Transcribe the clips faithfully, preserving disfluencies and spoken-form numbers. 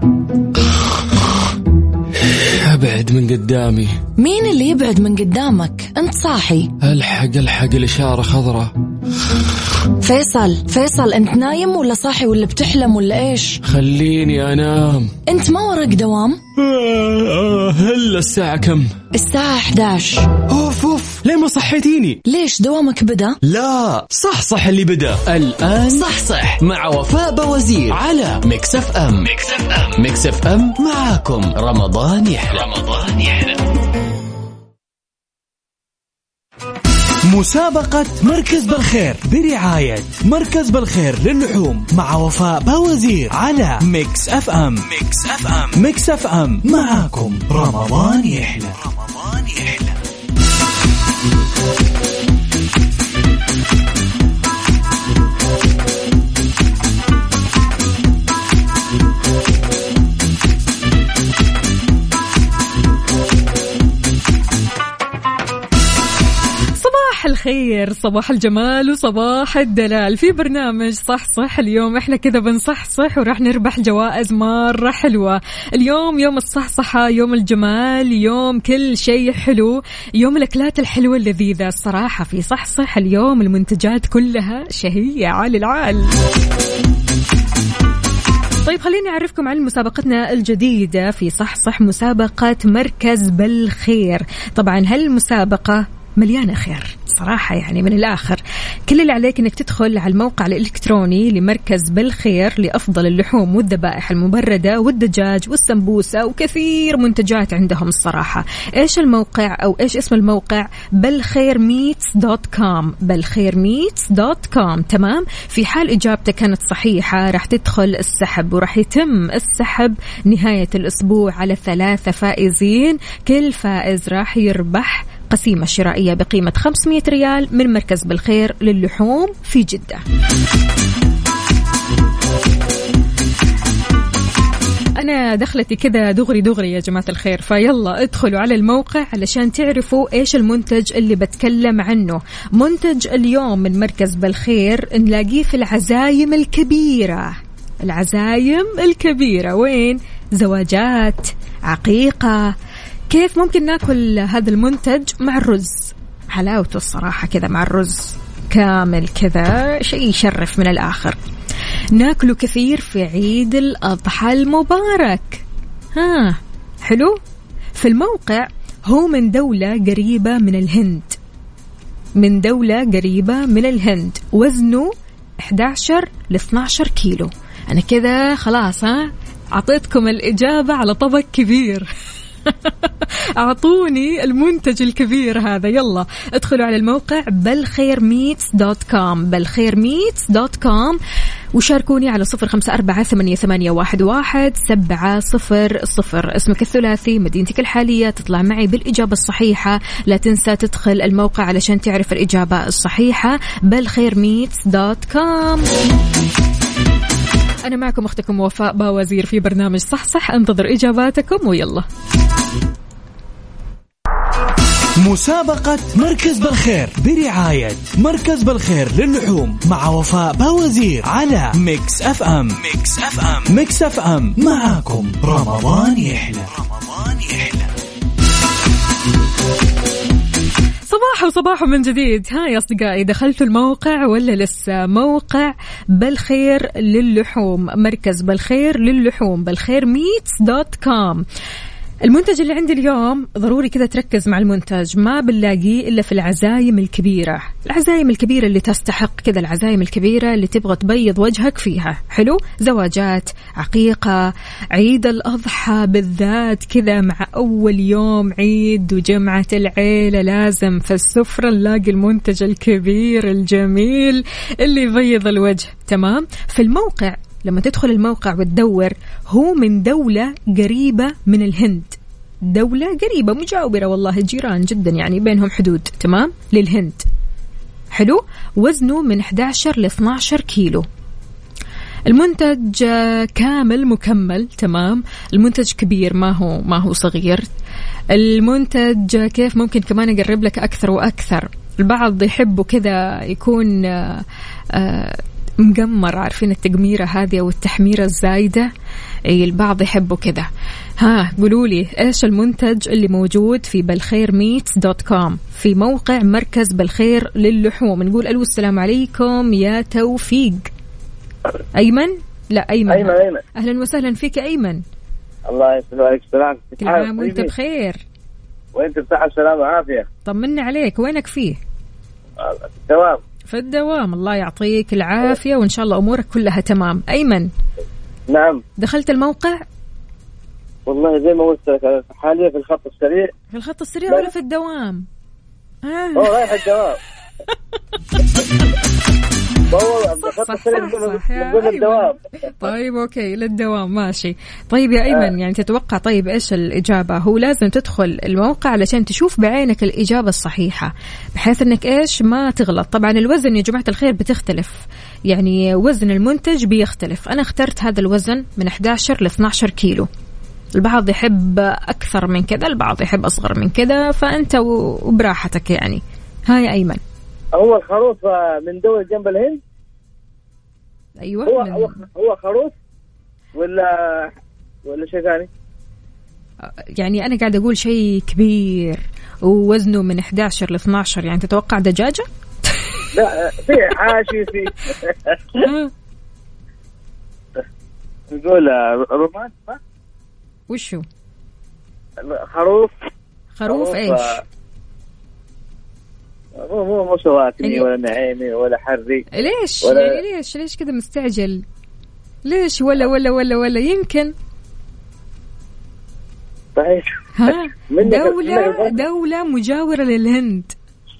أبعد من قدامي. مين اللي يبعد من قدامك؟ أنت صاحي. الحق الحق الإشارة خضرة. فيصل فيصل أنت نايم ولا صاحي ولا بتحلم ولا إيش؟ خليني أنام. أنت ما وراك دوام؟ هلا الساعة كم؟ الساعة إحدى عشر. أوف أوف ليه ما صحيتيني؟ ليش دوامك بدأ؟ لا صح صح اللي بدأ الآن. صح صح مع وفاء بوزير على ميكس اف ام. ميكس اف ام ميكس اف ام معاكم رمضان يحلى. رمضان يحلى. مسابقة مركز بالخير برعاية مركز بالخير للحوم مع وفاء باوزير على ميكس اف ام. ميكس اف ام ميكس اف ام معاكم رمضان يحلى. رمضان يحلى. الخير، صباح الجمال وصباح الدلال في برنامج صح صح. اليوم احنا كذا بنصح صح وراح نربح جوائز مرة حلوة. اليوم يوم الصحصحة، يوم الجمال، يوم كل شيء حلو، يوم الأكلات الحلوة اللذيذة. الصراحة في صح صح اليوم المنتجات كلها شهية عال العال. طيب خليني أعرفكم عن مسابقتنا الجديدة في صح صح، مسابقة مركز بالخير. طبعا هالمسابقة مليانة خير صراحة، يعني من الآخر. كل اللي عليك أنك تدخل على الموقع الإلكتروني لمركز بالخير لأفضل اللحوم والذبائح المبردة والدجاج والسمبوسة وكثير منتجات عندهم الصراحة. إيش الموقع أو إيش اسم الموقع؟ بالخير ميتس دوت كوم. بالخير ميتس دوت كوم. تمام. في حال إجابتك كانت صحيحة راح تدخل السحب، وراح يتم السحب نهاية الأسبوع على ثلاثة فائزين. كل فائز راح يربح قسيمة شرائية بقيمة خمسمية ريال من مركز بالخير للحوم في جدة. أنا دخلتي كذا دغري دغري يا جماعة الخير، فيلا ادخلوا على الموقع علشان تعرفوا إيش المنتج اللي بتكلم عنه. منتج اليوم من مركز بالخير نلاقيه في العزايم الكبيرة. العزايم الكبيرة وين؟ زواجات، عقيقة. كيف ممكن ناكل هذا المنتج مع الرز؟ حلاوته الصراحة كذا مع الرز كامل كذا، شيء يشرف من الآخر. ناكله كثير في عيد الأضحى المبارك. ها حلو. في الموقع هو من دولة قريبة من الهند. من دولة قريبة من الهند. وزنه إحدى عشر ل اثني عشر كيلو. أنا كذا خلاص ها أعطيتكم الإجابة على طبق كبير. أعطوني المنتج الكبير هذا. يلا ادخلوا على الموقع بالخير ميتس دوت كوم. بالخير ميتس دوت كوم وشاركوني على صفر خمسة أربعة ثمانية ثمانية واحد واحد سبعة صفر صفر. اسمك الثلاثي، مدينتك الحالية، تطلع معي بالإجابة الصحيحة. لا تنسى تدخل الموقع علشان تعرف الإجابة الصحيحة. بالخير ميتس دوت كوم. أنا معكم أختكم وفاء باوزير في برنامج صح صح. انتظر إجاباتكم ويلا. مسابقة مركز بالخير برعاية مركز بالخير للحوم مع وفاء باوزير على ميكس اف ام. ميكس اف ام ميكس اف ام معاكم رمضان يحلى. رمضان يحلى. صباح وصباح من جديد. ها يا أصدقائي، دخلتوا الموقع ولا لسه؟ موقع بالخير للحوم، مركز بالخير للحوم، بالخير ميتس دوت كوم. المنتج اللي عندي اليوم ضروري كذا تركز مع المنتج، ما بنلاقيه إلا في العزايم الكبيرة. العزايم الكبيرة اللي تستحق كذا، العزايم الكبيرة اللي تبغى تبيض وجهك فيها. حلو. زواجات، عقيقة، عيد الأضحى بالذات كذا مع أول يوم عيد وجمعة العيلة، لازم في السفرة نلاقي المنتج الكبير الجميل اللي يبيض الوجه. تمام. في الموقع لما تدخل الموقع وتدور، هو من دولة قريبة من الهند. دولة قريبة مجاورة والله، جيران جدا يعني بينهم حدود. تمام. للهند. حلو. وزنه من إحدى عشر ل اثني عشر كيلو. المنتج كامل مكمل. تمام. المنتج كبير، ما هو ما هو صغير. المنتج كيف ممكن كمان أقرب لك أكثر وأكثر. البعض يحبوا كذا يكون آه مقمر، عارفين التقميرة هذه أو التحميرة الزايدة، أي البعض يحبوا كذا. ها قولوا لي إيش المنتج اللي موجود في بالخير ميتس دوت كوم في موقع مركز بالخير للحوم. نقول ألو السلام عليكم يا توفيق. أيمن؟ لا أيمن. أيمن أيمن. أهلا وسهلا فيك أيمن. الله يسلمك. عليك السلام. كل عام وأنت بخير. وأنت بصحة وسلامة وعافية. طمنا عليك، وينك فيه؟ تمام. في الدوام، الله يعطيك العافية وإن شاء الله أمورك كلها تمام. أيمن. نعم. دخلت الموقع؟ والله زي ما قلت لك حاليا في الخط السريع. في الخط السريع ولا في الدوام؟ آه. هو رايح الدوام. صح صح صح الدوام. طيب أوكي للدوام ماشي. طيب يا أيمن، يعني تتوقع طيب إيش الإجابة؟ هو لازم تدخل الموقع علشان تشوف بعينك الإجابة الصحيحة بحيث أنك إيش ما تغلط. طبعا الوزن يا جماعة الخير بتختلف، يعني وزن المنتج بيختلف. أنا اخترت هذا الوزن من إحدى عشر ل اثنا عشر كيلو، البعض يحب أكثر من كذا، البعض يحب أصغر من كذا، فأنت وبراحتك يعني. هاي أيمن. هو الخروف من دولة جنب الهند؟ أيوة. هو من... هو هو خروف ولا ولا شيء ثاني؟ يعني أنا قاعد أقول شيء كبير ووزنه من إحدى عشر ل اثنا عشر، يعني تتوقع دجاجة؟ لا في عاشي في. نقول رومان. وشو؟ خروف. خروف إيش؟ مو مو مو سواتني ولا نعيمي ولا حري. ليش ولا يعني ليش ليش كذا مستعجل؟ ليش ولا ولا ولا ولا يمكن؟ طيب ها دولة دولة مجاورة للهند.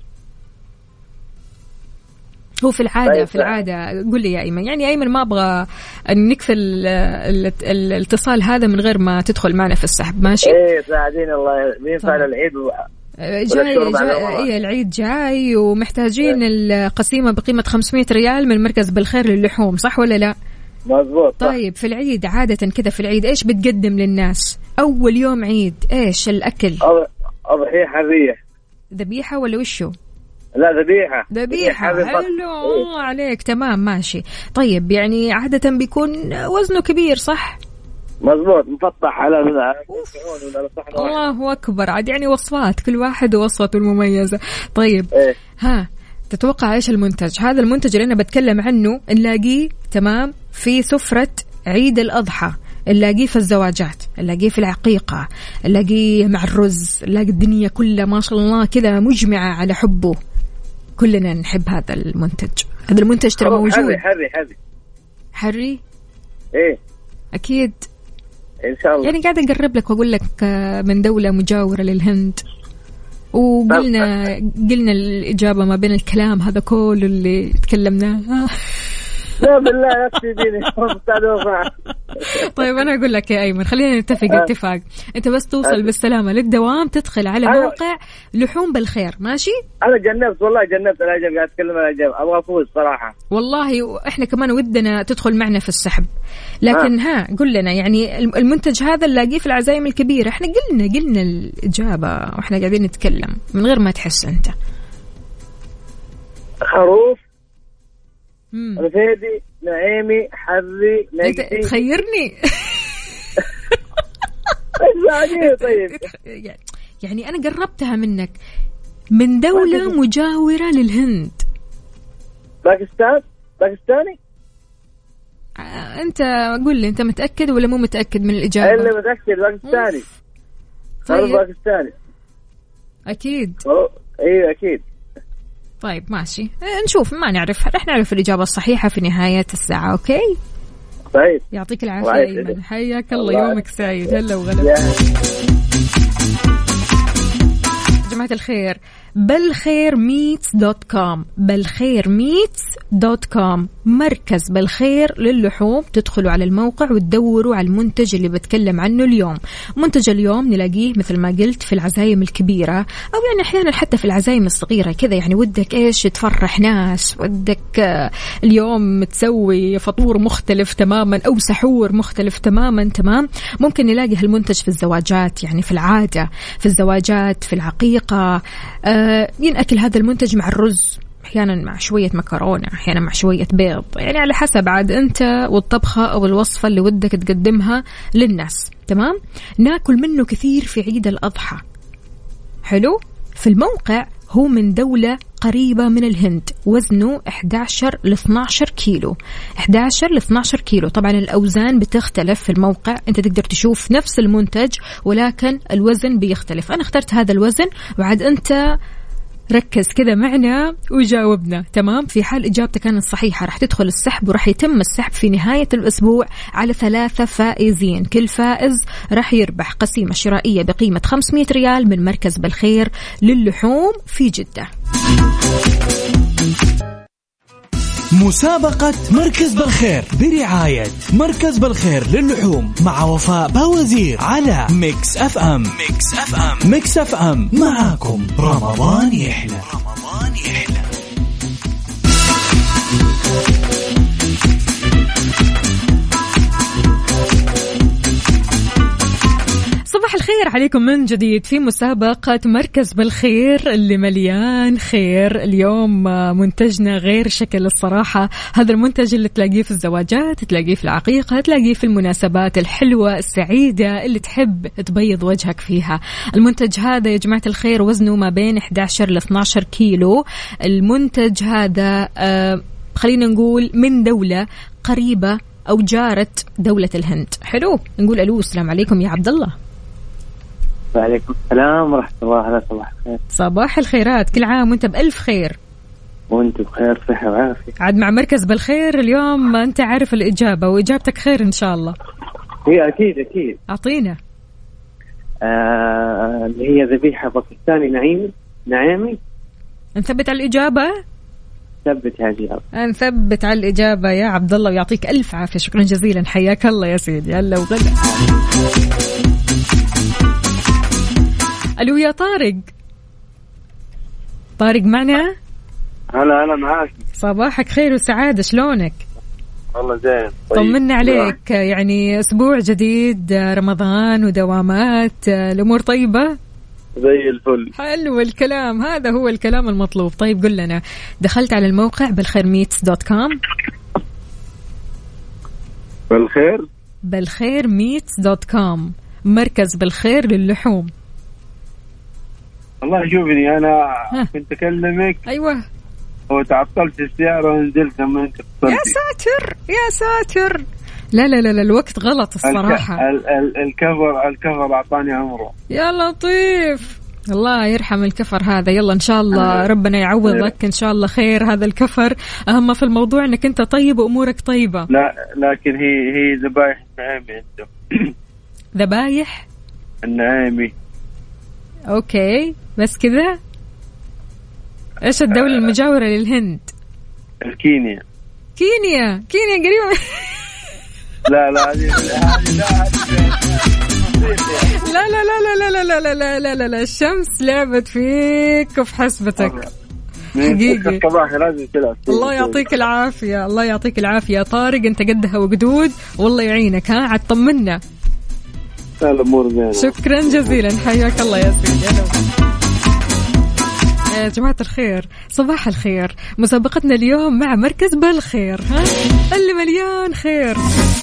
هو في العادة طيب. في العادة قل لي يا أيمن، يعني أيمن ما أبغى أن نكفل الاتصال هذا من غير ما تدخل معنا في السحب. ماشي؟ إيه ساعدين الله. مين فعل العيد و... جاي, جاي إيه العيد جاي ومحتاجين القسيمة بقيمة خمسمية ريال من مركز بالخير للحوم، صح ولا لا؟ مظبوط. طيب في العيد عادة كذا في العيد إيش بتقدم للناس أول يوم عيد؟ إيش الأكل؟ أضحية حرية. ذبيحة ولا وشو؟ لا ذبيحة. ذبيحة. حلو عليك تمام ماشي. طيب يعني عادة بيكون وزنه كبير صح؟ مظبوط. مفطح على الله أكبر. عاد يعني وصفات كل واحد وصفته المميزة. طيب إيه؟ ها تتوقع إيش المنتج؟ هذا المنتج اللي أنا بتكلم عنه نلاقيه تمام في سفرة عيد الأضحى، نلاقيه في الزواجات، نلاقيه في العقيقة، نلاقيه مع الرز، نلاقي الدنيا كلها ما شاء الله كذا مجمعة على حبه. كلنا نحب هذا المنتج. هذا المنتج ترى موجود. حري حري حري حري. إيه أكيد إن شاء الله. يعني قاعد أقرب لك وأقول لك من دولة مجاورة للهند، وقلنا قلنا الإجابة ما بين الكلام هذا كل اللي تكلمناه. لا بالله نفسي ديني. طيب أنا أقول لك يا أيمن خلينا نتفق اتفاق. أنت بس توصل بالسلامة للدوام تدخل على موقع لحوم بالخير. ماشي؟ أنا جنبت والله جنبت الأجل قاعد أتكلم الأجل أبغى أفوز صراحة. والله إحنا كمان ودنا تدخل معنا في السحب، لكن ها, ها قل لنا يعني المنتج هذا نلاقيه في العزايم الكبيرة. إحنا قلنا قلنا الإجابة وإحنا قاعدين نتكلم من غير ما تحس أنت. خروف. رفيدي نعيمي حري نجدي. تخيرني. طيب يعني أنا قربتها منك. من دولة مجاورة للهند. باكستان. باكستاني. آه أنت قل لي أنت متأكد ولا مو متأكد من الإجابة؟ اللي متأكد باكستاني. طيب. باكستاني أكيد. أيوة أكيد. طيب ماشي نشوف ما نعرف رح نعرف الإجابة الصحيحة في نهاية الساعة. أوكي طيب يعطيك العافية أيمن. حياك الله يومك سعيد. هلا وغلا جماعة الخير. بالخير ميتس دوت كوم بالخير ميتس دوت كوم مركز بالخير للحوم. تدخلوا على الموقع وتدوروا على المنتج اللي بتكلم عنه اليوم. منتج اليوم نلاقيه مثل ما قلت في العزايم الكبيرة أو يعني أحيانا حتى في العزايم الصغيرة كذا، يعني ودك إيش تفرح ناس، ودك اليوم تسوي فطور مختلف تماما أو سحور مختلف تماما. تمام ممكن نلاقي هالمنتج في الزواجات، يعني في العادة في الزواجات في العقيقة آه ينأكل هذا المنتج مع الرز أحيانا مع شوية مكرونة، أحيانا مع شوية بيض، يعني على حسب عاد أنت والطبخة أو الوصفة اللي ودك تقدمها للناس. تمام. ناكل منه كثير في عيد الأضحى. حلو. في الموقع هو من دولة قريبة من الهند، وزنه إحدى عشر ل اثنا عشر كيلو. إحدى عشر ل اثنا عشر كيلو. طبعا الأوزان بتختلف في الموقع، أنت تقدر تشوف نفس المنتج ولكن الوزن بيختلف. أنا اخترت هذا الوزن، وعد أنت ركز كذا معنا وجاوبنا. تمام. في حال إجابتك كانت صحيحة راح تدخل السحب، وراح يتم السحب في نهاية الأسبوع على ثلاثة فائزين. كل فائز راح يربح قسيمة شرائية بقيمة خمسمائة ريال من مركز بالخير للحوم في جدة. مسابقة مركز بالخير برعاية مركز بالخير للحوم مع وفاء باوزير على ميكس اف ام. ميكس اف ام ميكس اف ام معاكم رمضان يحلى. رمضان يحلى. صباح الخير عليكم من جديد في مسابقة مركز بالخير اللي مليان خير. اليوم منتجنا غير شكل الصراحة. هذا المنتج اللي تلاقيه في الزواجات، تلاقيه في العقيقة، تلاقيه في المناسبات الحلوة السعيدة اللي تحب تبيض وجهك فيها. المنتج هذا يا جماعة الخير وزنه ما بين إحدى عشر ل اثنا عشر كيلو. المنتج هذا آه خلينا نقول من دولة قريبة أو جارة دولة الهند. حلو. نقول ألو السلام عليكم يا عبد الله. وعليكم السلام ورحمة الله. هلا صباح الخير. صباح الخيرات. كل عام وانت بألف خير. وانت بخير صحة وعافية. عاد مع مركز بالخير اليوم انت عارف الإجابة وإجابتك خير إن شاء الله. هي أكيد أكيد. أعطينا. آه اللي هي ذبيحة باكستاني نعيمي نعيمي. نثبت على الإجابة. ثبت على الإجابة. نثبت على الإجابة يا عبد الله ويعطيك ألف عافية. شكرا جزيلا. حياك الله يا سيدي. هلا وغلا. ألو يا طارق. طارق معنا؟ هلا هلا معاك. صباحك خير وسعادة. شلونك؟ والله زين. طيب. طمنا عليك. يعني أسبوع جديد رمضان ودوامات، الأمور طيبة؟ زي الفل. حلو الكلام. هذا هو الكلام المطلوب. طيب قل لنا، دخلت على الموقع بالخير ميتس دوت كوم؟ بالخير بالخير ميتس دوت كوم، مركز بالخير للحوم. والله شوفني أنا ها. كنت أكلمك. أيوة. وتعطلت السيارة ونزلت لما أنت اتصلتي. يا ساتر يا ساتر. لا لا لا, لا الوقت غلط الصراحة. الك... ال... ال... الكفر الكفر أعطاني عمره. يا لطيف. الله يرحم الكفر هذا. يلا إن شاء الله ربنا يعوضك إن شاء الله خير. هذا الكفر أهم في الموضوع إنك أنت طيب وأمورك طيبة. لا لكن هي هي ذبايح النعيمي أنت. ذبايح النعيمي. أوكي بس كذا. إيش الدولة المجاورة للهند؟ الكينيا. كينيا. كينيا قريبة. لا لا لا لا لا لا لا لا لا لا لا لا لا الشمس لعبت فيك وفي حسبتك حقيقي. الله يعطيك العافية. الله يعطيك العافية طارق. انت قدها وقدود والله يعينك. ها عاد طمنا. شكرا جزيلا. حياك الله يا سيدي. يا جماعة الخير صباح الخير. مسابقتنا اليوم مع مركز بالخير، ها اللي مليان خير.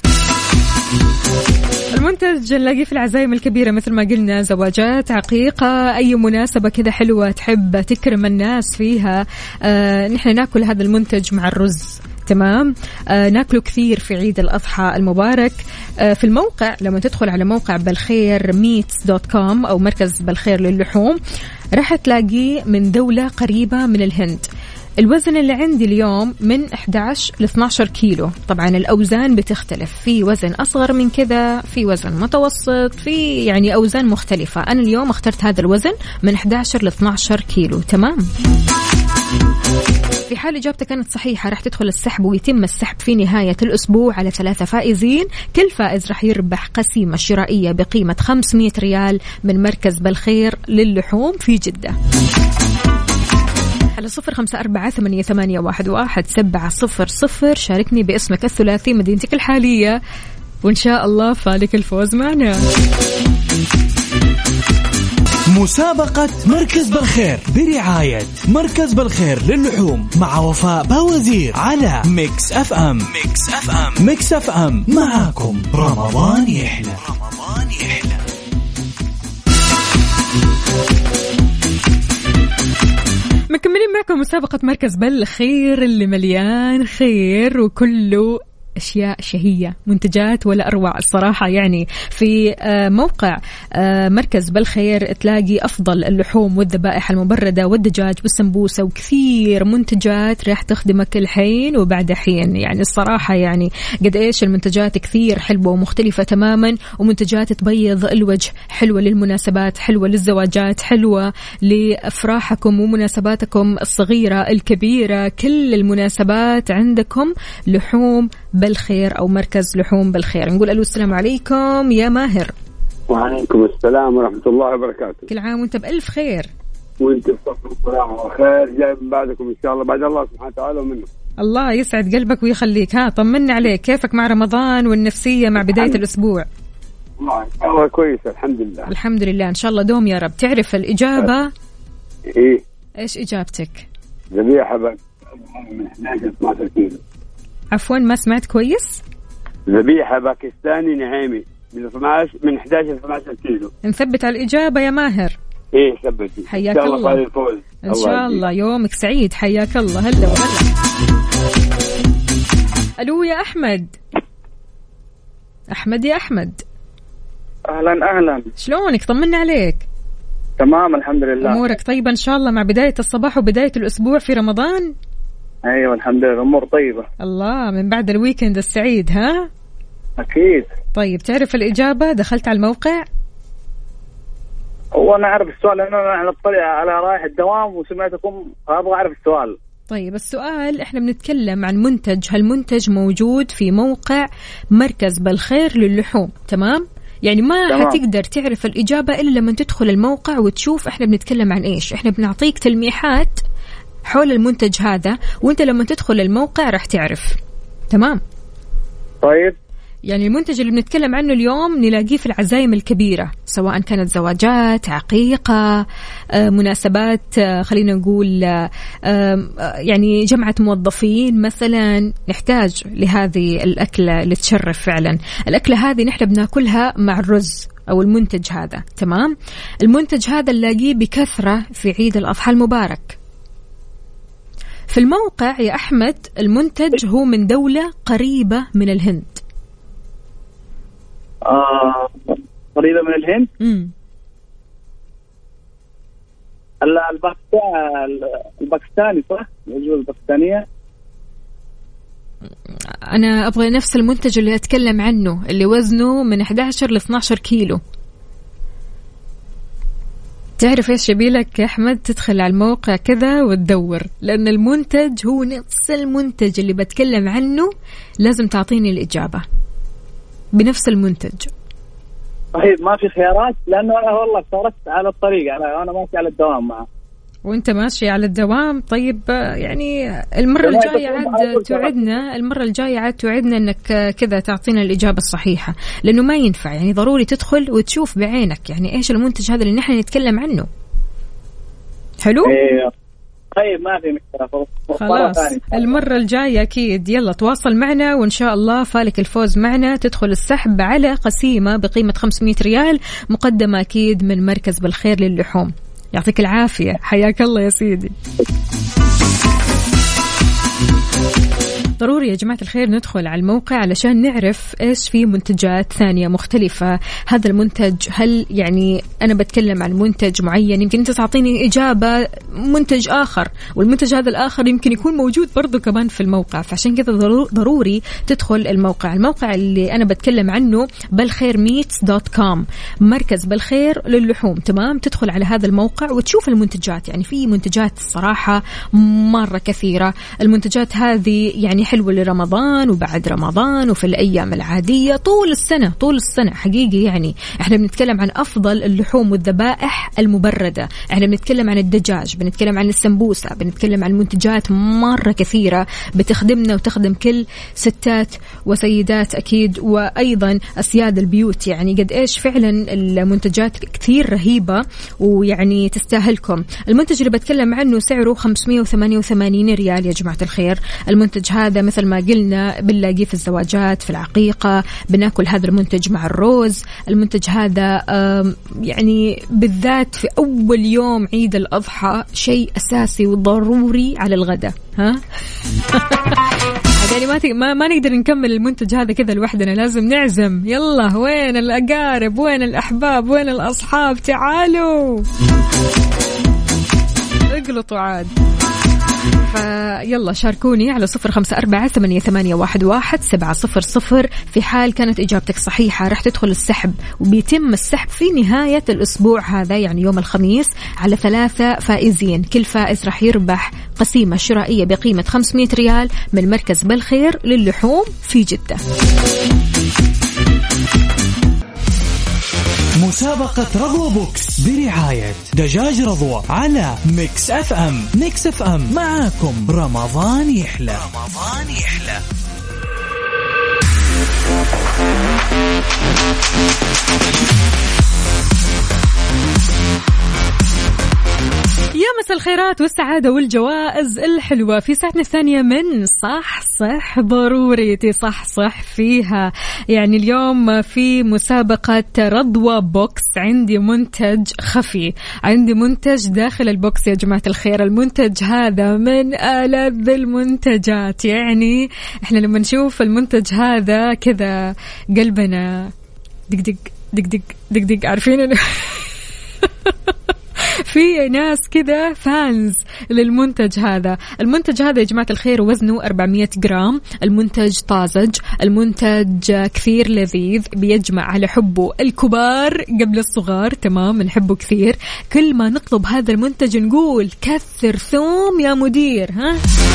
المنتج نلاقيه في العزايم الكبيرة مثل ما قلنا، زواجات، عقيقة، أي مناسبة كذا حلوة تحب تكرم الناس فيها. آه نحن ناكل هذا المنتج مع الرز. تمام. آه ناكله كثير في عيد الأضحى المبارك. آه في الموقع لما تدخل على موقع بالخير ميتس دوت كوم أو مركز بالخير للحوم راح تلاقيه من دولة قريبة من الهند. الوزن اللي عندي اليوم من إحدى عشر ل اثنا عشر كيلو. طبعا الأوزان بتختلف، في وزن أصغر من كذا، في وزن متوسط، في يعني أوزان مختلفة. أنا اليوم اخترت هذا الوزن من إحدى عشر ل اثنا عشر كيلو. تمام. في حال إجابتك كانت صحيحة راح تدخل السحب ويتم السحب في نهاية الأسبوع على ثلاثة فائزين. كل فائز راح يربح قسيمة شرائية بقيمة خمسمائة ريال من مركز بالخير للحوم في جدة. على صفر خمسة أربعة ثمانية ثمانية واحد واحد سبعة صفر صفر شاركني باسمك الثلاثي، مدينتك الحالية، وإن شاء الله فالك الفوز معنا. مسابقة مركز بالخير برعاية مركز بالخير للحوم مع وفاء باوزير على ميكس اف ام. ميكس اف ام ميكس اف ام معاكم رمضان يحلى. رمضان يحلى. مكملين معكم مسابقة مركز بالخير اللي مليان خير وكله أشياء شهية، منتجات ولا أروع الصراحة. يعني في موقع مركز بالخير تلاقي أفضل اللحوم والذبائح المبردة والدجاج والسمبوسة وكثير منتجات راح تخدمك الحين وبعد حين. يعني الصراحة يعني قد إيش المنتجات كثير حلوة ومختلفة تماما، ومنتجات تبيض الوجه، حلوة للمناسبات، حلوة للزواجات، حلوة لأفراحكم ومناسباتكم الصغيرة الكبيرة، كل المناسبات عندكم لحوم بالخير أو مركز لحوم بالخير. نقول ألو السلام عليكم يا ماهر. وعليكم السلام ورحمة الله وبركاته. كل عام وانت بألف خير. وانت بصحة السلام والخير، جاي من بعدكم إن شاء الله، بعد الله سبحانه وتعالى ومنه. الله يسعد قلبك ويخليك. ها طمنا عليك، كيفك مع رمضان والنفسية مع بداية الأسبوع؟ الله كويس الحمد لله. الحمد لله إن شاء الله دوم يا رب. تعرف الإجابة؟ إيه. إيش إجابتك؟ ذبيحة من اثني عشر إلى اثنا عشر كيلو. عفوا ما سمعت كويس. ذبيحة باكستاني نهامي من اثناشر من احد عشر إلى اثنا عشر كيلو. نثبت على الإجابة يا ماهر. ايه ثبتي. حياك الله, الله. ان شاء الله يومك سعيد. حياك الله. هلا وهلا. الو يا احمد. احمد يا احمد. اهلا اهلا. شلونك؟ طمنا عليك. تمام الحمد لله. امورك طيبة ان شاء الله مع بداية الصباح وبداية الاسبوع في رمضان؟ ايوه الحمد لله الامور طيبة. الله من بعد الويكند السعيد. ها اكيد. طيب تعرف الإجابة؟ دخلت على الموقع؟ هو انا اعرف السؤال لانه انا على الطريق على رايح الدوام وسمعتكم فابغى اعرف السؤال. طيب السؤال احنا بنتكلم عن منتج، هالمنتج موجود في موقع مركز بالخير للحوم، تمام؟ يعني ما تمام. هتقدر تعرف الإجابة إلا لما تدخل الموقع وتشوف احنا بنتكلم عن ايش. احنا بنعطيك تلميحات حول المنتج هذا وانت لما تدخل الموقع راح تعرف. تمام؟ طيب يعني المنتج اللي بنتكلم عنه اليوم نلاقيه في العزايم الكبيرة، سواء كانت زواجات، عقيقة، مناسبات، خلينا نقول يعني جمعة موظفين مثلا، نحتاج لهذه الأكلة اللي تشرف فعلا. الأكلة هذه نحن بناكلها مع الرز أو المنتج هذا، تمام؟ المنتج هذا نلاقيه بكثرة في عيد الأضحى المبارك. في الموقع يا أحمد المنتج هو من دولة قريبة من الهند. آه قريبة من الهند. امم الباكستاني صح؟ الوجبة الباكستانية. أنا أبغى نفس المنتج اللي أتكلم عنه اللي وزنه من أحد عشر إلى اثنا عشر كيلو. تعرف إيش يبيلك يا أحمد؟ تدخل على الموقع كذا وتدور، لأن المنتج هو نفس المنتج اللي بتكلم عنه. لازم تعطيني الإجابة بنفس المنتج. طيب ما في خيارات؟ لأنه أنا والله صارت على الطريق، أنا أنا ماشي على الدوام معه. وأنت ماشي على الدوام؟ طيب يعني المرة الجاية عاد توعدنا، المرة الجاية عاد توعدنا أنك كذا تعطينا الإجابة الصحيحة، لأنه ما ينفع يعني ضروري تدخل وتشوف بعينك يعني إيش المنتج هذا اللي نحن نتكلم عنه. حلو؟ إيه. طيب ما في مشكلة. خلاص المرة الجاية أكيد. يلا تواصل معنا وإن شاء الله فالك الفوز معنا. تدخل السحب على قسيمة بقيمة خمسمية ريال مقدمة أكيد من مركز بالخير للحوم. يعطيك العافية. حياك الله يا سيدي. ضروري يا جماعة الخير ندخل على الموقع علشان نعرف إيش في منتجات ثانية مختلفة. هذا المنتج هل يعني أنا بتكلم عن منتج معين، يمكن أنت تعطيني إجابة منتج آخر، والمنتج هذا الآخر يمكن يكون موجود برضو كمان في الموقع. فعشان كذا ضروري تدخل الموقع. الموقع اللي أنا بتكلم عنه بالخير ميتس دوت كوم، مركز بالخير للحوم، تمام؟ تدخل على هذا الموقع وتشوف المنتجات. يعني في منتجات الصراحة مرة كثيرة. المنتجات هذه يعني الحلوة لرمضان وبعد رمضان وفي الأيام العادية طول السنة طول السنة حقيقي. يعني احنا بنتكلم عن أفضل اللحوم والذبائح المبردة، احنا بنتكلم عن الدجاج، بنتكلم عن السمبوسة، بنتكلم عن منتجات مرة كثيرة بتخدمنا وتخدم كل ستات وسيدات أكيد، وأيضا أسياد البيوت. يعني قد إيش فعلا المنتجات كثير رهيبة ويعني تستاهلكم. المنتج اللي بتكلم عنه سعره خمسمية وثمانية وثمانين ريال يا جماعة الخير. المنتج هذا مثل ما قلنا بنلاقيه في الزواجات، في العقيقة، بناكل هذا المنتج مع الروز. المنتج هذا يعني بالذات في أول يوم عيد الأضحى شيء أساسي وضروري على الغداء. ها يعني ما, ما ما نقدر نكمل المنتج هذا كذا لوحدنا، لازم نعزم. يلا وين الأقارب، وين الأحباب، وين الأصحاب، تعالوا اقلطوا عاد. فيلا شاركوني على صفر خمسة أربعة ثمانية ثمانية واحد واحد سبعة صفر صفر. في حال كانت إجابتك صحيحة راح تدخل السحب، وبيتم السحب في نهاية الأسبوع هذا يعني يوم الخميس على ثلاثة فائزين. كل فائز راح يربح قسيمة شرائية بقيمة خمسمية ريال من مركز بالخير للحوم في جدة. مسابقة رضوى بوكس برعاية دجاج رضوى على ميكس اف ام. ميكس اف ام معاكم رمضان يحلى. رمضان يحلى. يا مساء الخيرات والسعادة والجوائز الحلوة في ساعتنا الثانية من صح صح ضروري تصح صح فيها. يعني اليوم في مسابقة رضوى بوكس عندي منتج خفي، عندي منتج داخل البوكس يا جماعة الخير. المنتج هذا من ألذ المنتجات، يعني احنا لما نشوف المنتج هذا كذا قلبنا دق دق دق دق دق دق. عارفين في ناس كذا فانز للمنتج هذا. المنتج هذا يا جماعة الخير وزنه أربعمية جرام. المنتج طازج، المنتج كثير لذيذ، بيجمع على حبه الكبار قبل الصغار. تمام، نحبه كثير. كل ما نطلب هذا المنتج نقول كثر ثوم يا مدير. ها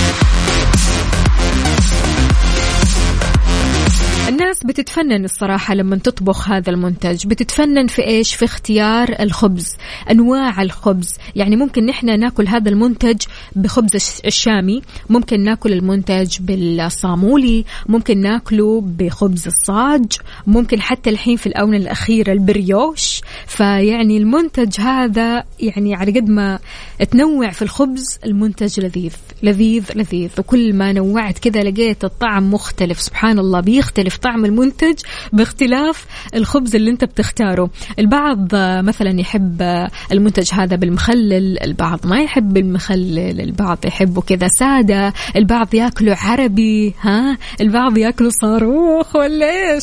الناس بتتفنن الصراحة لما تطبخ هذا المنتج. بتتفنن في إيش؟ في اختيار الخبز، أنواع الخبز. يعني ممكن نحن ناكل هذا المنتج بخبز الشامي، ممكن ناكل المنتج بالصامولي، ممكن ناكله بخبز الصاج، ممكن حتى الحين في الآونة الأخيرة البريوش. فيعني المنتج هذا يعني على قد ما تنوع في الخبز المنتج لذيذ لذيذ لذيذ. وكل ما نوعت كذا لقيت الطعم مختلف. سبحان الله، بيختلف طعم المنتج باختلاف الخبز اللي انت بتختاره. البعض مثلا يحب المنتج هذا بالمخلل، البعض ما يحب المخلل، البعض يحبه كذا سادة، البعض ياكله عربي، ها البعض ياكله صاروخ ولا ايش.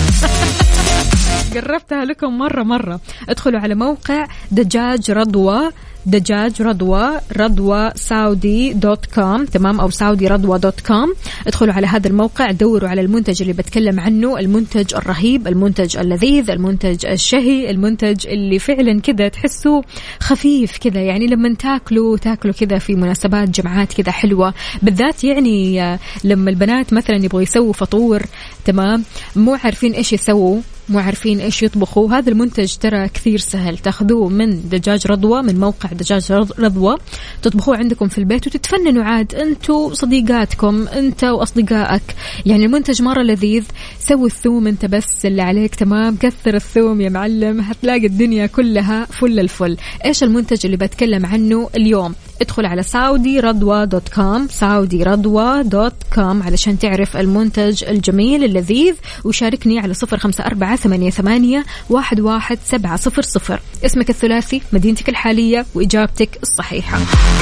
قربتها لكم مرة مرة. ادخلوا على موقع دجاج رضوى، دجاج رضوى رضوى سعودي دوت كوم، تمام، أو سعودي رضوى دوت كوم. ادخلوا على هذا الموقع، دوروا على المنتج اللي بتكلم عنه، المنتج الرهيب، المنتج اللذيذ، المنتج الشهي، المنتج اللي فعلا كذا تحسوا خفيف كذا. يعني لما تاكلوا تاكلوا كذا في مناسبات جمعات كذا حلوة بالذات. يعني لما البنات مثلا يبغوا يسووا فطور، تمام، مو عارفين إيش يسووا، مو عارفين إيش يطبخوا، هذا المنتج ترى كثير سهل. تاخذوه من دجاج رضوى، من موقع دجاج رضوى، تطبخوه عندكم في البيت وتتفننوا عاد انتوا صديقاتكم، انت واصدقائك. يعني المنتج مرة لذيذ. سوي الثوم انت بس اللي عليك، تمام، كثر الثوم يا معلم، هتلاقي الدنيا كلها فل الفل. ايش المنتج اللي بتكلم عنه اليوم؟ ادخل على سعودي رضوى دوت كوم، سعودي رضوى دوت كوم علشان تعرف المنتج الجميل اللذيذ، وشاركني على صفر خمسة أربعة ثمانية ثمانية واحد واحد سبعة صفر صفر. اسمك الثلاثي، مدينتك الحالية، وإجابتك الصحيحة.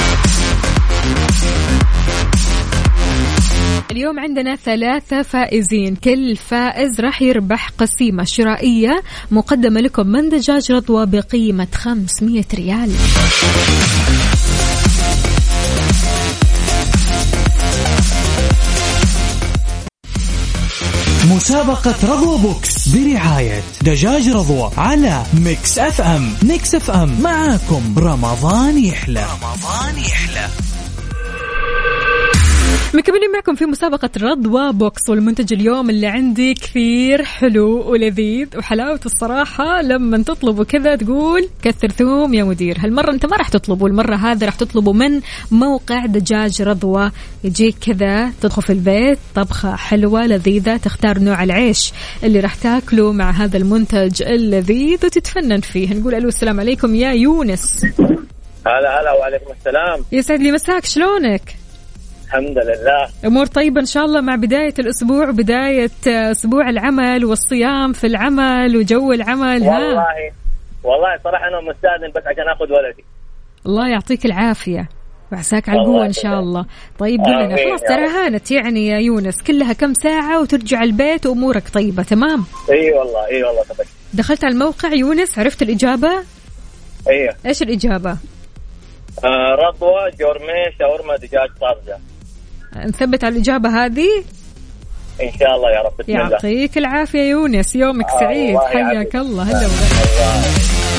اليوم عندنا ثلاثة فائزين، كل فائز راح يربح قسيمة شرائية مقدمة لكم من دجاج رضوى بقيمة خمسمية ريال. مسابقة رضوى بوكس برعاية دجاج رضوى على ميكس اف ام. ميكس اف ام معاكم رمضان يحلى. رمضان يحلى. مكملين معكم في مسابقة رضوى بوكس، والمنتج اليوم اللي عندي كثير حلو ولذيذ وحلاوة الصراحة لما تطلبوا كذا تقول كثر ثوم يا مدير. هالمرة انت ما راح تطلبوا، المرة هذا راح تطلبوا من موقع دجاج رضوى. يجيك كذا تدخل في البيت طبخة حلوة لذيذة، تختار نوع العيش اللي راح تاكله مع هذا المنتج اللذيذ وتتفنن فيه. نقول ألو السلام عليكم يا يونس. هلا هلا وعليكم السلام. يسعد لي مساك، شلونك؟ الحمد لله أمور طيبة إن شاء الله مع بداية الأسبوع وبداية أسبوع العمل والصيام في العمل وجو العمل. والله ها؟ والله صراحة أنا مستأذن بس عشان أخذ ولدي. الله يعطيك العافية وعساك على القوة إن شاء الله. طيب قل لنا خلاص ترى هانت يعني يا يونس كلها كم ساعة وترجع البيت وأمورك طيبة تمام؟ إي والله إي والله طبعا. دخلت على الموقع يونس عرفت الإجابة؟ إيه. إيش الإجابة؟ آه رضوى جورميه شاورما دجاج طازجة. نثبت على الإجابة هذه إن شاء الله يا رب. بسم الله. يعطيك العافية يونس، يومك آه سعيد، حياك الله. هلا وغلا.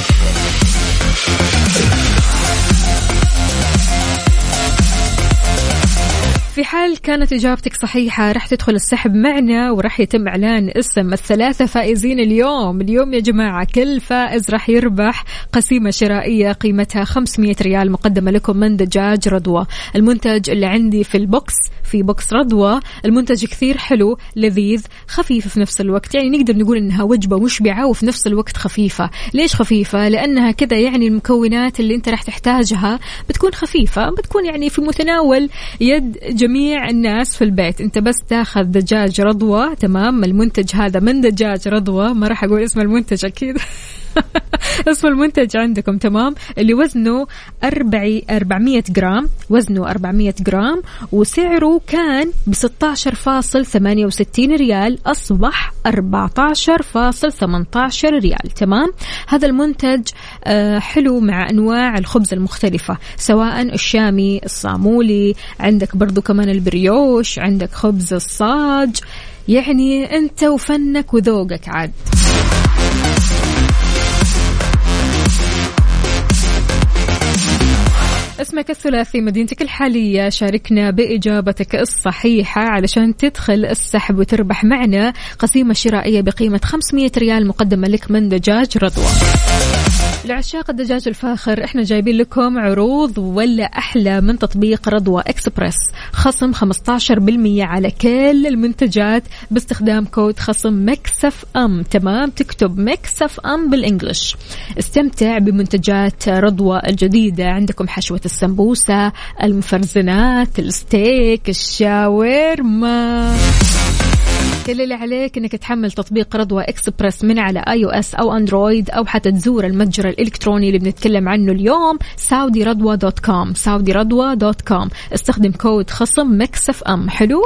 في حال كانت إجابتك صحيحة رح تدخل السحب معنا ورح يتم إعلان اسم الثلاثة فائزين اليوم. اليوم يا جماعة كل فائز رح يربح قسيمة شرائية قيمتها خمسمية ريال مقدمة لكم من دجاج رضوى. المنتج اللي عندي في البوكس في بوكس رضوى المنتج كثير حلو لذيذ خفيف في نفس الوقت، يعني نقدر نقول إنها وجبة مشبعة وفي نفس الوقت خفيفة. ليش خفيفة؟ لأنها كذا يعني المكونات اللي أنت رح تحتاجها بتكون خفيفة، بتكون يعني في متناول يد جميع الناس في البيت. انت بس تاخذ دجاج رضوى تمام. المنتج هذا من دجاج رضوى، ما راح اقول اسم المنتج اكيد اسم المنتج عندكم تمام، اللي وزنه أربعمية جرام، وزنه أربعمية جرام وسعره كان بستة عشر فاصل ثمانية وستين ريال، أصبح أربعة عشر فاصل ثمانية عشر ريال تمام. هذا المنتج آه حلو مع أنواع الخبز المختلفة سواء الشامي الصامولي، عندك برضو كمان البريوش، عندك خبز الصاج، يعني أنت وفنك وذوقك عاد. اسمك الثلاثي مدينتك الحالية، شاركنا بإجابتك الصحيحة علشان تدخل السحب وتربح معنا قسيمة شرائية بقيمة خمسمية ريال مقدمة لك من دجاج رضوى. لعشاق الدجاج الفاخر احنا جايبين لكم عروض ولا أحلى من تطبيق رضوى إكسبرس، خصم خمسة عشر بالمية على كل المنتجات باستخدام كود خصم مكسف أم تمام. تكتب مكسف أم بالإنجليش. استمتع بمنتجات رضوى الجديدة، عندكم حشوة السمبوسة، المفرزنات، الستيك، الشاورما. كل اللي عليك انك تحمل تطبيق رضوى إكسبرس من على آي أو إس أو أندرويد، أو حتى تزور المتجر الإلكتروني اللي بنتكلم عنه اليوم سعودي رضوى دوت كوم، سعودي رضوى دوت كوم. استخدم كود خصم مكسف أم. حلو.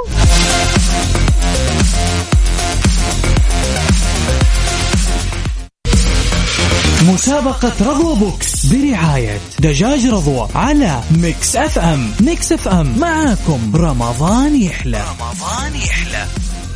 مسابقة رضوى بوكس برعاية دجاج رضوى على ميكس اف ام. ميكس اف ام معاكم رمضان يحلى. رمضان يحلى.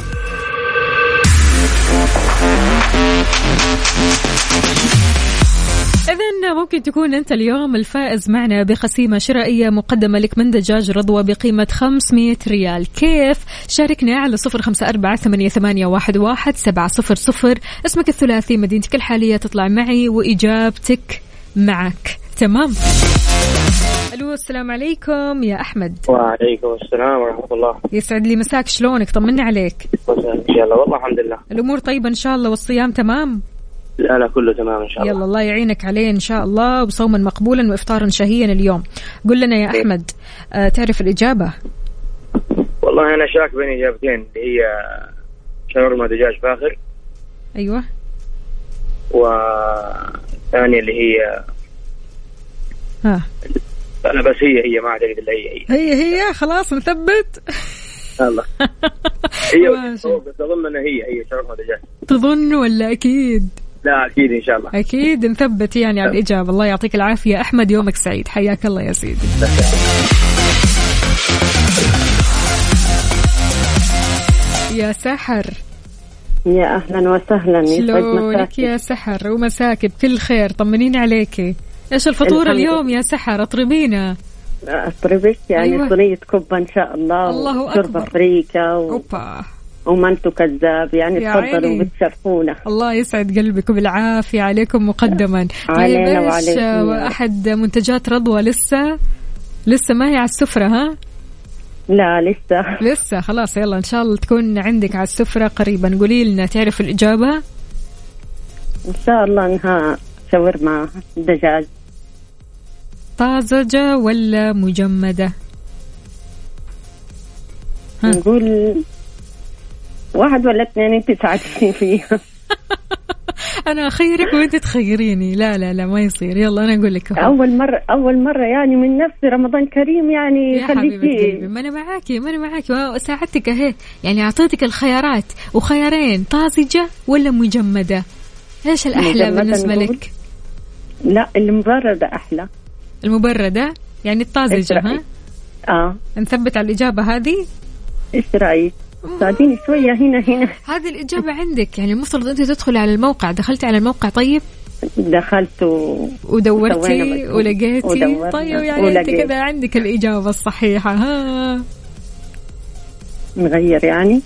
إذن ممكن تكون أنت اليوم الفائز معنا بقسيمة شرائية مقدمة لك من دجاج رضوى بقيمة خمسمية ريال. كيف؟ شاركنا على صفر خمسة أربعة ثمانية ثمانية واحد واحد سبعة صفر صفر. اسمك الثلاثي مدينتك الحالية تطلع معي وإجابتك معك تمام. ألو السلام عليكم يا أحمد. وعليكم السلام ورحمة الله. يسعد لي مساك، شلونك؟ طمنا عليك. إن شاء الله والله الحمد لله الأمور طيبة إن شاء الله والصيام تمام؟ لا لا كله تمام إن شاء الله. يلا الله يعينك عليه إن شاء الله، وصوما مقبولا وإفطارا شهيا اليوم. قل لنا يا أحمد آه تعرف الإجابة؟ والله أنا شاك بين إجابتين اللي هي شاورما دجاج فاخر. أيوة. والثانية اللي هي ها أنا بس هي هي ما أعتقد إلا هي هي هي هي خلاص نثبت. الله هي بس أظن أنها هي هي شاورما دجاج. تظن ولا أكيد؟ لا أكيد إن شاء الله أكيد نثبت يعني على الإجابة. الله يعطيك العافية أحمد، يومك سعيد، حياك الله يا سيدي. يا سحر. يا أهلا وسهلا. شلونك يا سحر؟ ومساك بكل خير، طمنين عليكي. إيش الفطور اليوم يا سحر؟ أطربينا. أطربك يعني أيوة. صينية كبة إن شاء الله. الله شوربة أكبر. فريكة و... أوبا. ومنتو كذاب يعني. تفضلوا بتشرفونا. الله يسعد قلبك وبالعافية عليكم مقدما. علينا طيب إيش أحد منتجات رضوى لسه لسه ما هي على السفرة؟ ها لا لسه لسه. خلاص يلا إن شاء الله تكون عندك على السفرة قريبا. قولي لنا تعرف الإجابة إن شاء الله. إنها شاورما دجاج. طازجة ولا مجمدة؟ ها. نقول واحد ولا اثنين، انت تساعديني فيها. انا اخيرك وانت تخيريني. لا لا لا ما يصير. يلا انا اقول لك اول مره اول مره يعني من نفسي. رمضان كريم يعني. يا حبيبتي ما انا معاكي ما انا معاكي وساعدتك اهي. يعني اعطيتك الخيارات وخيارين، طازجة ولا مجمدة. ايش الاحلى بالنسبه لك؟ لا المبردة احلى. المبردة يعني الطازجة. ها اه نثبت على الاجابه هذه. ايش رايك؟ ساعديني شوية هنا هنا. هذه الإجابة عندك. يعني المفروض أنت تدخلي على الموقع. دخلتي على الموقع؟ طيب دخلت و... ودورتي ولقيتي. طيب يعني ولقيت. أنت كذا عندك الإجابة الصحيحة. ها نغير يعني.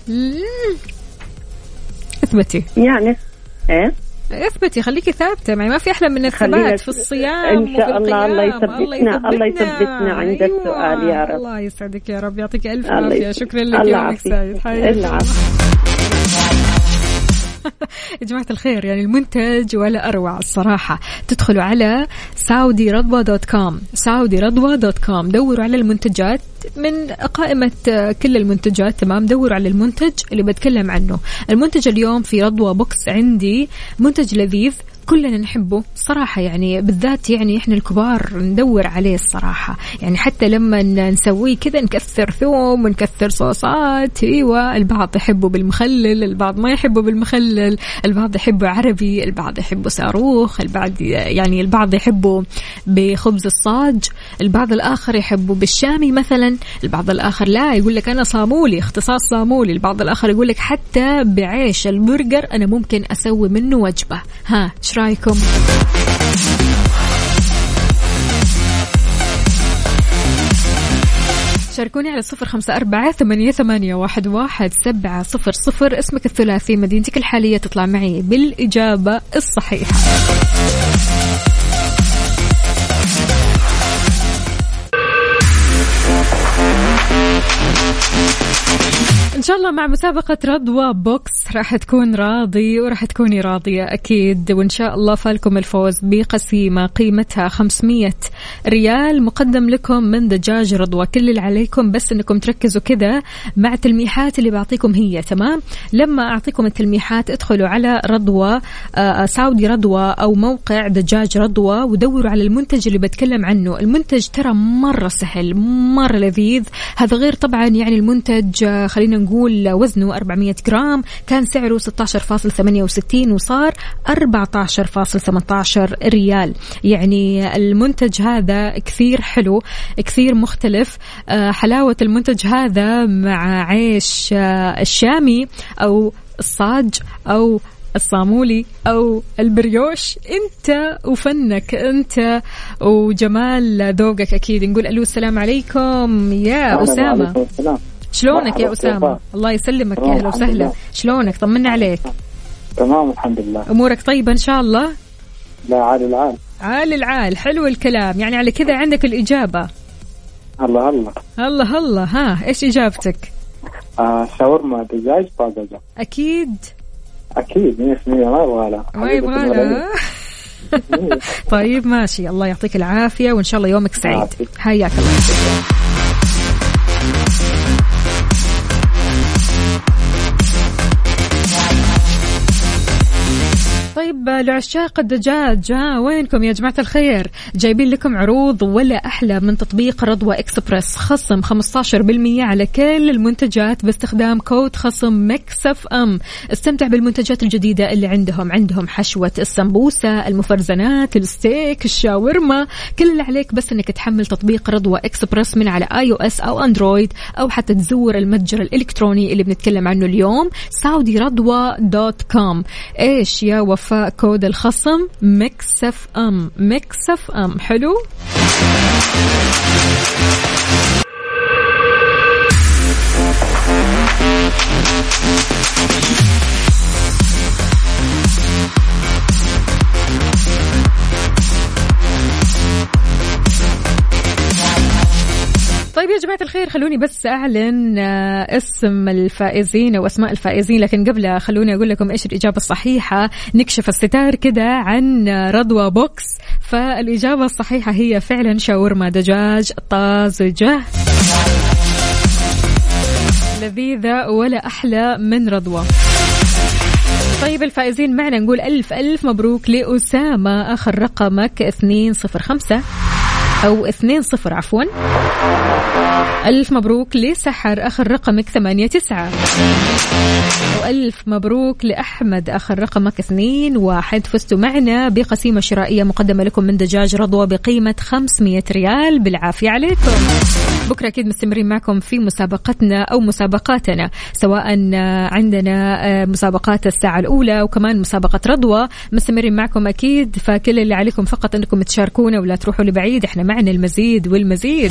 اثبتي يعني ايه اثبتي خليكي ثابتة. يعني ما في أحلى من الثبات في الصيام إن شاء الله. الله يثبتنا الله يثبتنا عند أيوة. السؤال يا رب. الله يسعدك يا رب. يعطيك ألف عافية. شكرا لك يومك سعيد. يا جماعة الخير يعني المنتج ولا أروع الصراحة. تدخلوا على سعودي رضوى دوت كوم سعودي رضوى دوت كوم دوروا على المنتجات من قائمة كل المنتجات. تمام. دوروا على المنتج اللي بتكلم عنه. المنتج اليوم في رضوى بوكس عندي منتج لذيذ كلنا نحبه صراحة. يعني بالذات يعني إحنا الكبار ندور عليه الصراحة. يعني حتى لما نسويه كذا نكثر ثوم ونكثر صوصات. ايوه البعض يحبه بالمخلل، البعض ما يحبه بالمخلل، البعض يحبه عربي، البعض يحبه صاروخ، البعض يعني البعض يحبه بخبز الصاج، البعض الآخر يحبه بالشامي مثلا، البعض الآخر لا يقول لك أنا صامولي اختصاص صامولي، البعض الآخر يقول لك حتى بعيش البرجر أنا ممكن أسوي منه وجبة. ها إيش رأيكم؟ شاركوني على صفر خمسة أربعة ثمانية ثمانية واحد واحد سبعة صفر صفر. اسمك الثلاثي، مدينتك الحالية، تطلع معي بالإجابة الصحيحة. إن شاء الله مع مسابقة رضوى بوكس راح تكون راضي وراح تكوني راضية أكيد. وإن شاء الله فالكم الفوز بقسيمة قيمتها خمسمية ريال مقدم لكم من دجاج رضوى. كل اللي عليكم بس أنكم تركزوا كذا مع التلميحات اللي بعطيكم هي. تمام. لما أعطيكم التلميحات ادخلوا على رضوى آه سعودي رضوى أو موقع دجاج رضوى ودوروا على المنتج اللي بتكلم عنه. المنتج ترى مرة سهل مرة لذيذ. هذا غير طبعا يعني المنتج آه خلينا نقول وزنه أربعمية جرام، كان سعره ستة عشر فاصلة ثمانية وستين وصار أربعة عشر فاصلة ثمانية عشر ريال. يعني المنتج هذا كثير حلو كثير مختلف. حلاوة المنتج هذا مع عيش الشامي أو الصاج أو الصامولي أو البريوش، أنت وفنك أنت وجمال ذوقك أكيد. نقول ألو السلام عليكم يا أسامة. شلونك يا أسامة؟ الله يسلمك يا أهلا وسهلا. شلونك؟ طمنا عليك. تمام الحمد لله. أمورك طيبة إن شاء الله؟ لا عال العال عال العال. حلو الكلام. يعني على كذا عندك الإجابة. الله الله الله الله. ها إيش إجابتك؟ آه شاورما دجاج طازجة. أكيد أكيد مية في المية. ما يبغى لها ما يبغى لها. طيب ماشي. الله يعطيك العافية وإن شاء الله يومك سعيد. حياك الله. طيب لعشاق الدجاج ها وينكم يا جماعة الخير؟ جايبين لكم عروض ولا أحلى من تطبيق رضوى إكسبرس. خصم خمسة عشر بالمية على كل المنتجات باستخدام كود خصم مكسف أم. استمتع بالمنتجات الجديدة اللي عندهم. عندهم حشوة السمبوسة، المفرزنات، الستيك، الشاورما. كل اللي عليك بس أنك تحمل تطبيق رضوى إكسبرس من على آي أو إس أو أندرويد أو حتى تزور المتجر الإلكتروني اللي بنتكلم عنه اليوم سعودي رضوى دوت كوم. إيش يا وفاء كود الخصم مكسف أم. مكسف أم. حلو. طيب يا جماعة الخير، خلوني بس أعلن اسم الفائزين أو أسماء الفائزين، لكن قبل خلوني أقول لكم إيش الإجابة الصحيحة. نكشف الستار كده عن رضوى بوكس. فالإجابة الصحيحة هي فعلا شاورما دجاج طازجة لذيذة ولا أحلى من رضوى. طيب الفائزين معنا نقول ألف ألف مبروك لأسامة، آخر رقمك اثنين صفر خمسة أو اثنين صفر عفوا. ألف مبروك لسحر، آخر رقمك ثمانية تسعة. وألف مبروك لأحمد، آخر رقمك اثنين واحد. فزتوا معنا بقسيمة شرائية مقدمة لكم من دجاج رضوى بقيمة خمسمية ريال. بالعافية عليكم. بكرة أكيد مستمرين معكم في مسابقتنا أو مسابقاتنا، سواء عندنا مسابقات الساعة الأولى وكمان مسابقة رضوى، مستمرين معكم أكيد. فكل اللي عليكم فقط أنكم تشاركونا ولا تروحوا لبعيد، احنا معنا المزيد والمزيد.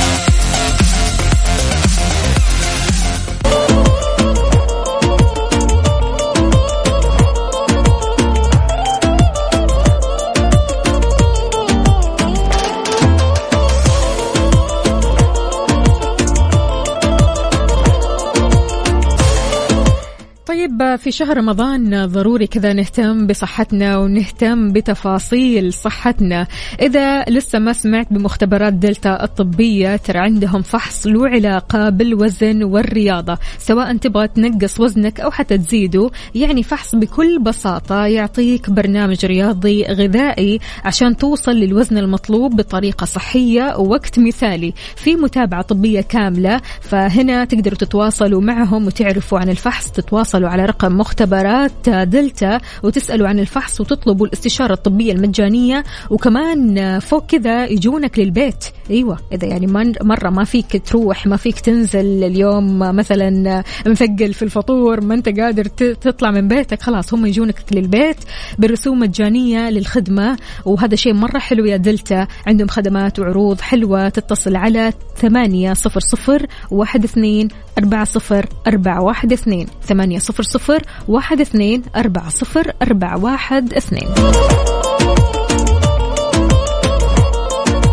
في شهر رمضان ضروري كذا نهتم بصحتنا ونهتم بتفاصيل صحتنا. إذا لسه ما سمعت بمختبرات دلتا الطبية، ترى عندهم فحص له علاقة بالوزن والرياضة، سواء تبغى تنقص وزنك أو حتى تزيده. يعني فحص بكل بساطة يعطيك برنامج رياضي غذائي عشان توصل للوزن المطلوب بطريقة صحية ووقت مثالي، في متابعة طبية كاملة. فهنا تقدروا تتواصلوا معهم وتعرفوا عن الفحص. تتواصلوا على رقم مختبرات دلتا وتسألوا عن الفحص وتطلبوا الاستشارة الطبية المجانية. وكمان فوق كذا يجونك للبيت. ايوه، اذا يعني مرة ما فيك تروح، ما فيك تنزل اليوم مثلا مثقل في الفطور، ما انت قادر تطلع من بيتك، خلاص هم يجونك للبيت برسوم مجانية للخدمة. وهذا شيء مرة حلو يا دلتا، عندهم خدمات وعروض حلوة. تتصل على ثمانية صفر صفر واحد اثنين أربعة صفر أربعة واحد اثنين ثمانية صفر صفر واحد اثنين أربعة صفر أربعة واحد اثنين.